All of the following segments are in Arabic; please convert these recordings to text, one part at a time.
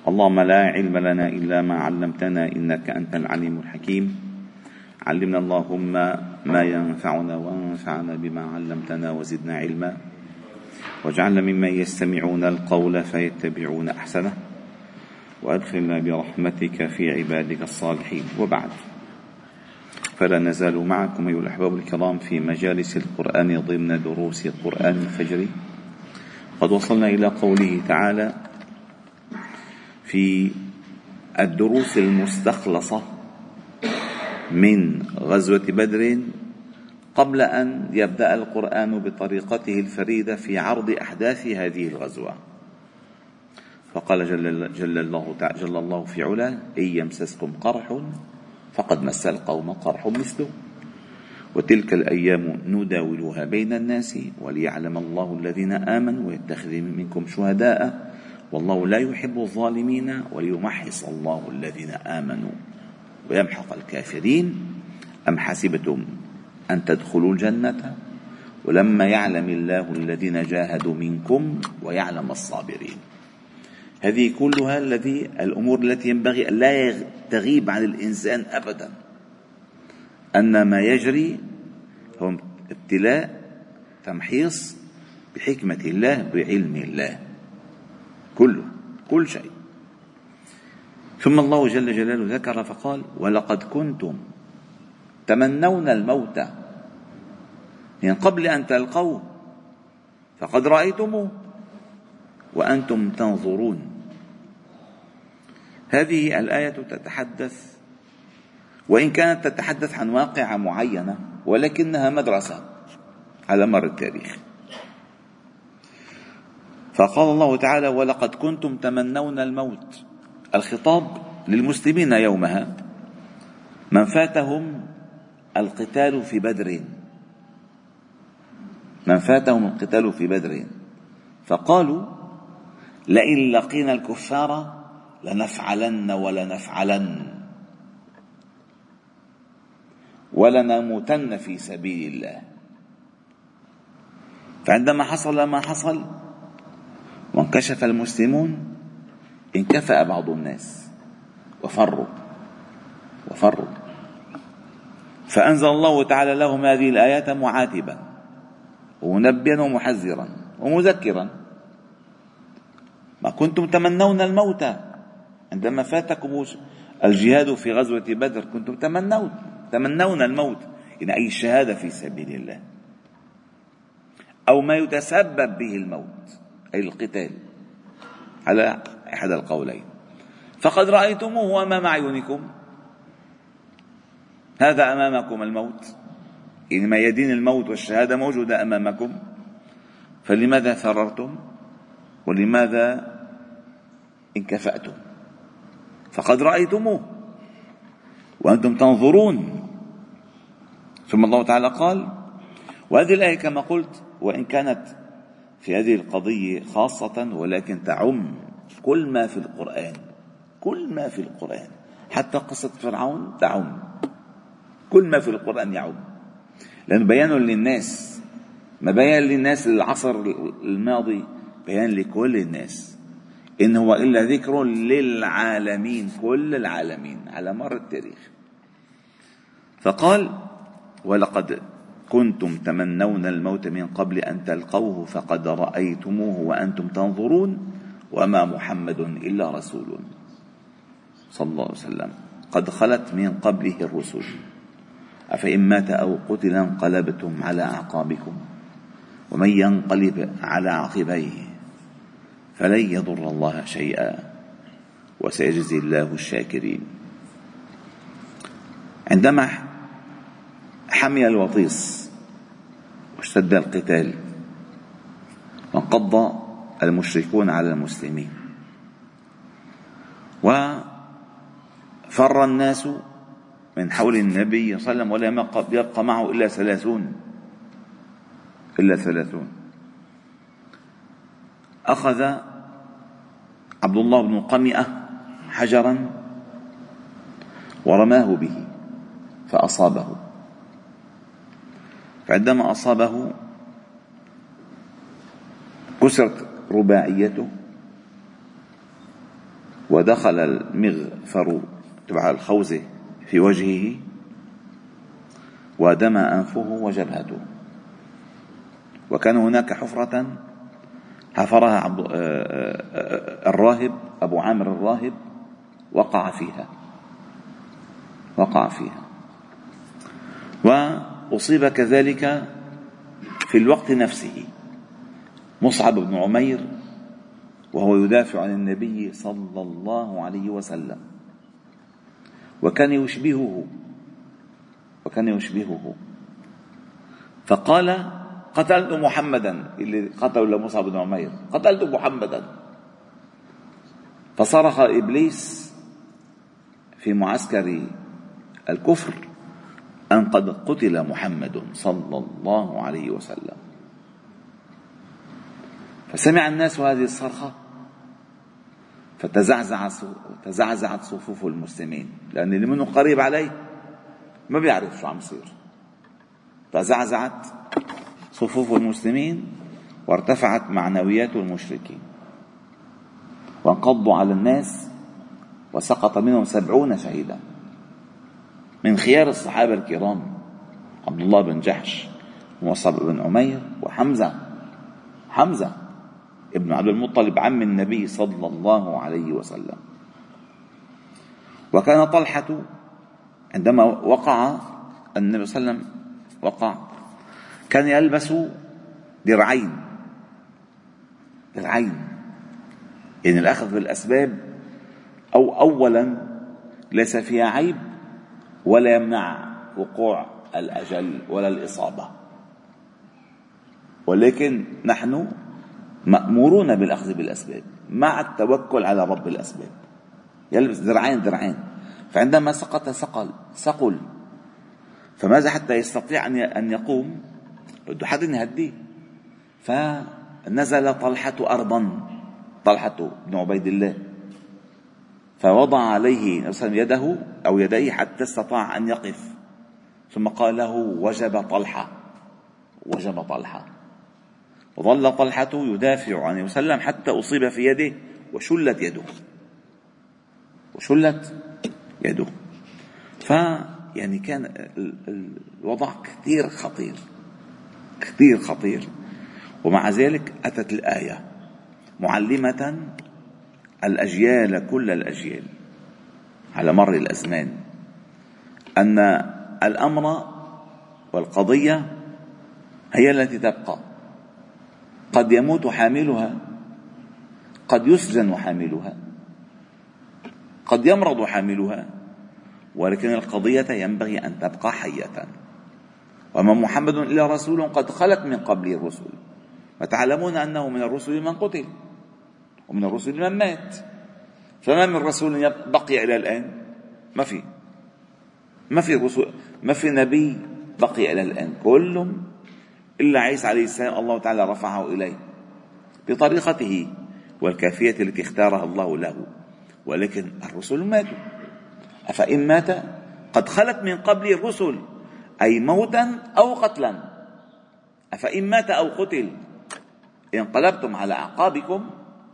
اللهم لا علم لنا إلا ما علمتنا إنك أنت العليم الحكيم. علمنا اللهم ما ينفعنا وانفعنا بما علمتنا وزدنا علما، واجعلنا ممن يستمعون القول فيتبعون أحسنه، وأدخلنا برحمتك في عبادك الصالحين. وبعد، فلا نزال معكم أيها الأحباب الكرام في مجالس القرآن ضمن دروس القرآن الفجر. قد وصلنا إلى قوله تعالى في الدروس المستخلصة من غزوة بدر قبل أن يبدأ القرآن بطريقته الفريدة في عرض أحداث هذه الغزوة. فقال جل الله في علاه: إن يمسسكم قرح فقد مس القوم قرح مثله، وتلك الأيام نداولها بين الناس وليعلم الله الذين آمنوا ويتخذ منكم شهداء والله لا يحب الظالمين وليمحص الله الذين آمنوا ويمحق الكافرين. أم حسبتم أن تدخلوا الجنة ولما يعلم الله الذين جاهدوا منكم ويعلم الصابرين. هذه كلها الأمور التي ينبغي أن لا تغيب عن الإنسان أبدا، أن ما يجري هو ابتلاء تمحيص بحكمة الله بعلم الله، كل شيء. ثم الله جل جلاله ذكر فقال: ولقد كنتم تمنون الموت من قبل أن تلقوه فقد رأيتموه وأنتم تنظرون. هذه الآية تتحدث، وإن كانت تتحدث عن واقعة معينة، ولكنها مدرسة على مر التاريخ. فقال الله تعالى: ولقد كنتم تمنون الموت. الخطاب للمسلمين يومها، من فاتهم القتال في بدر، فقالوا: لئن لقينا الكفار لنفعلن ولنموتن في سبيل الله. فعندما حصل ما حصل وانكشف المسلمون، انكفأ بعض الناس وفروا، فأنزل الله تعالى لهم هذه الآيات معاتبا ومنبيا ومحذرا ومذكرا: ما كنتم تمنون الموت عندما فاتكم الجهاد في غزوة بدر، كنتم تمنون الموت، يعني أي الشهادة في سبيل الله، أو ما يتسبب به الموت أي القتال، على أحد القولين. فقد رأيتموه أمام أعينكم، هذا أمامكم الموت، يعني ما يدين الموت والشهادة موجودة أمامكم، فلماذا فررتم ولماذا انكفأتم؟ فقد رأيتموه وأنتم تنظرون. ثم الله تعالى قال، وهذه الآية كما قلت وإن كانت في هذه القضية خاصة، ولكن تعم كل ما في القرآن، حتى قصة فرعون تعم كل ما في القرآن يعم، لأنه بيان للناس، ما بيان للناس العصر الماضي، بيان لكل الناس، إن هو إلا ذكر للعالمين، كل العالمين على مر التاريخ. فقال: ولقد كنتم تمنون الموت من قبل أن تلقوه فقد رأيتموه وأنتم تنظرون وما محمد إلا رسول صلى الله عليه وسلم قد خلت من قبله الرسل أفإن مات أو قتل انقلبتم على أعقابكم ومن ينقلب على عقبيه فلن يضر الله شيئا وسيجزي الله الشاكرين. عندما حمي الوطيس واشتد القتال وانقض المشركون على المسلمين وفر الناس من حول النبي صلى الله عليه وسلم ولم يبقى معه إلا 30، أخذ عبد الله بن قمئة حجرا ورماه به فأصابه، فعندما أصابه كسرت رباعيته ودخل المغفر تبع الخوذة في وجهه ودم أنفه وجبهته. وكان هناك حفرة حفرها الراهب أبو عامر الراهب، وقع فيها. وأصيب كذلك في الوقت نفسه مصعب بن عمير وهو يدافع عن النبي صلى الله عليه وسلم، وكان يشبهه فقال: قتلت محمدا، اللي قتلوا لمصعب بن عمير، قتلت محمدا. فصرخ إبليس في معسكر الكفر أن قد قتل محمد صلى الله عليه وسلم. فسمع الناس هذه الصرخة فتزعزعت صفوف المسلمين، لأن اللي منه قريب عليه ما بيعرف شو عم يصير. تزعزعت صفوف المسلمين وارتفعت معنويات المشركين، وانقضوا على الناس، وسقط منهم 70 شهيدا من خيار الصحابة الكرام: عبد الله بن جحش ومصعب بن عمير وحمزة ابن عبد المطلب عم النبي صلى الله عليه وسلم. وكان طلحة عندما وقع النبي صلى الله عليه وسلم كان يلبس درعين، يعني الأخذ بالأسباب أولا ليس فيها عيب ولا يمنع وقوع الأجل ولا الإصابة، ولكن نحن مأمورون بالأخذ بالأسباب مع التوكل على رب الأسباب. يلبس درعين، فعندما سقط ثقل، فماذا حتى يستطيع أن يقوم؟ بده حد يهديه. فنزل طلحة أرضا، طلحة بن عبيد الله، فوضع عليه يده أو يديه حتى استطاع أن يقف، ثم قال له: وجب طلحة. وظل طلحة يدافع عنه وسلم حتى أصيب في يده وشلت يده. فيعني كان الوضع كثير خطير. ومع ذلك أتت الآية معلمة الأجيال، كل الأجيال على مر الأزمان، أن الأمر والقضية هي التي تبقى. قد يموت حاملها، قد يسجن حاملها، قد يمرض حاملها، ولكن القضية ينبغي أن تبقى حية. وما محمد إلا رسول قد خلت من قبله الرسل، وتعلمون أنه من الرسل من قتل ومن الرسل من مات، فما من رسول بقي إلى الآن. ما في نبي بقي إلى الآن، كلهم إلا عيسى عليه السلام الله تعالى رفعه إليه بطريقته والكافية التي اختارها الله له، ولكن الرسل ماتوا. أفإن مات قد خلت من قبل الرسل، أي موتا أو قتلا. أفإن مات أو قتل انقلبتم على أعقابكم،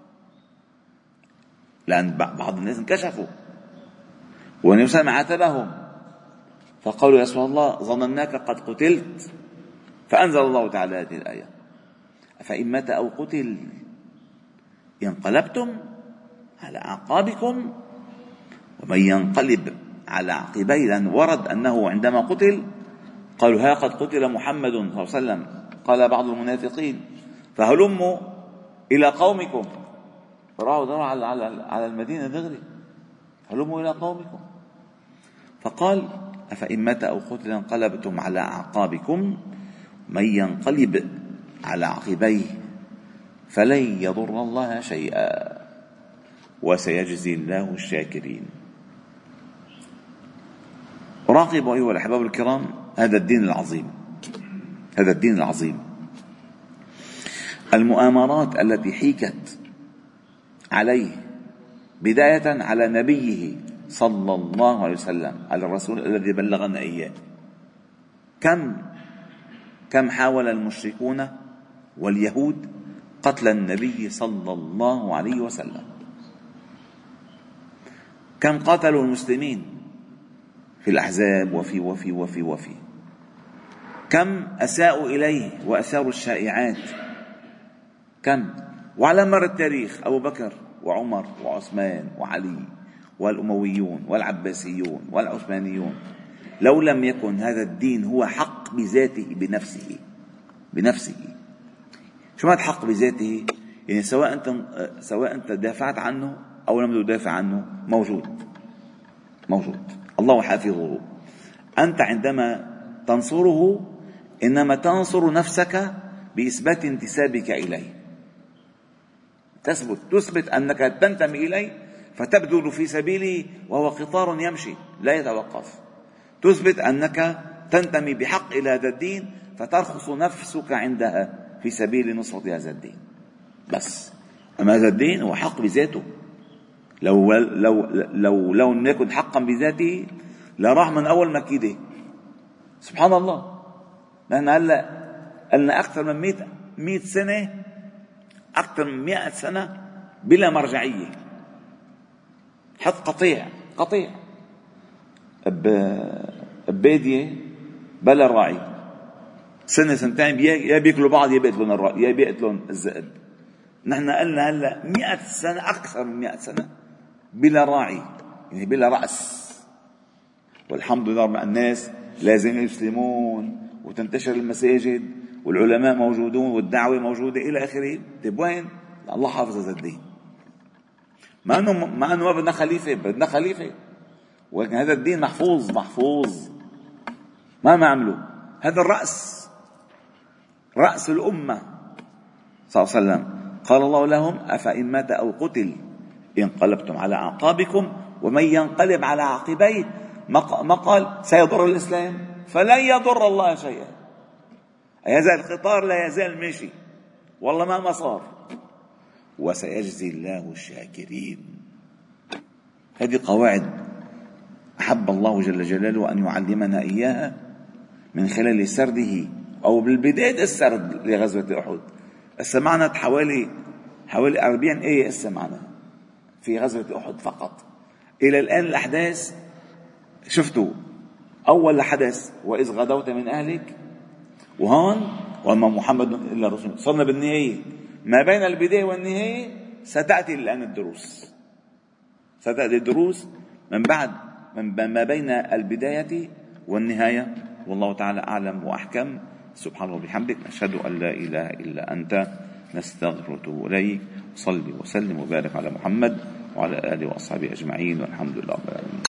لأن بعض الناس انكشفوا والنبي صلى الله عليه وسلم عاتبهم فقالوا: يا رسول الله ظنناك قد قتلت، فأنزل الله تعالى هذه الآية: أفإن مات أو قتل انقلبتم على أعقابكم ومن ينقلب على عقبيه. لأن ورد أنه عندما قتل قالوا: ها قد قتل محمد صلى الله عليه وسلم. قال بعض المنافقين: فهلموا إلى قومكم. راحوا على المدينة دغري: هلموا إلى قومكم. فقال: أفإن مات أو قتل انقلبتم على أعقابكم من ينقلب على عقبيه فلن يضر الله شيئا وسيجزي الله الشاكرين. راقبوا أيها الأحباب الكرام هذا الدين العظيم، المؤامرات التي حيكت عليه بداية على نبيه صلى الله عليه وسلم، على الرسول الذي بلغنا إياه. كم حاول المشركون واليهود قتل النبي صلى الله عليه وسلم، كم قاتلوا المسلمين في الأحزاب وفي وفي وفي وفي، كم أساءوا إليه وأثاروا الشائعات، كم. وعلى مر التاريخ أبو بكر وعمر وعثمان وعلي والأمويون والعباسيون والعثمانيون، لو لم يكن هذا الدين هو حق بذاته بنفسه. شو معنى حق بذاته؟ يعني سواء أنت دافعت عنه أو لم تدافع عنه، موجود. الله حافظه. أنت عندما تنصره إنما تنصر نفسك بإثبات انتسابك إليه، تثبت أنك تنتمي إليه فتبذل في سبيله، وهو قطار يمشي لا يتوقف. تثبت أنك تنتمي بحق إلى هذا الدين فترخص نفسك عندها في سبيل نصرة هذا الدين بس. أما هذا الدين هو حق بذاته. لو لم يكن حقا بذاته لراح من أول مكيدة. سبحان الله. نحن هلا قلنا أكثر من 100 سنة، أكثر من 100 سنة بلا مرجعية، حد قطيع ببادية بلا راعي، سنة سنتين يا بياكلوا بعض يا بيقتلون الذئب. نحن قلنا هلا 100 سنة، أكثر من 100 سنة بلا راعي، يعني بلا رأس. والحمد لله رب الناس لازم يسلمون وتنتشر المساجد والعلماء موجودون والدعوة موجودة إلى آخره. طيب وين؟ الله حافظ هذا الدين. مع أنه ما بدنا خليفة، ولكن هذا الدين محفوظ. ما عملوا هذا رأس الأمة صلى الله عليه وسلم. قال الله لهم: أفإن مات أو قتل انقلبتم على أعقابكم ومن ينقلب على عقبيه، ما قال سيضر الإسلام، فلن يضر الله شيئا. هذا القطار لا يزال ماشي، والله ما صار. وسيجزي الله الشاكرين. هذه قواعد أحب الله جل جلاله أن يعلمنا إياها من خلال سرده، أو بالبداية السرد لغزوة أحد. معنا حوالي 40 آية معنا في غزوة أحد فقط. إلى الآن الأحداث شفتوا. أول حدث وإذ غدوت من أهلك، وهون وما محمد إلا رسول. صرنا بالنهاية، ما بين البداية والنهاية ستأتي الآن الدروس. من بعد ما بين البداية والنهاية. والله تعالى أعلم وأحكم. سبحان الله وبحمدك، نشهد أن لا إله إلا أنت، نستغفرك إليك. صلي وسلم وبارك على محمد وعلى آله وأصحابه أجمعين، والحمد لله رب العالمين.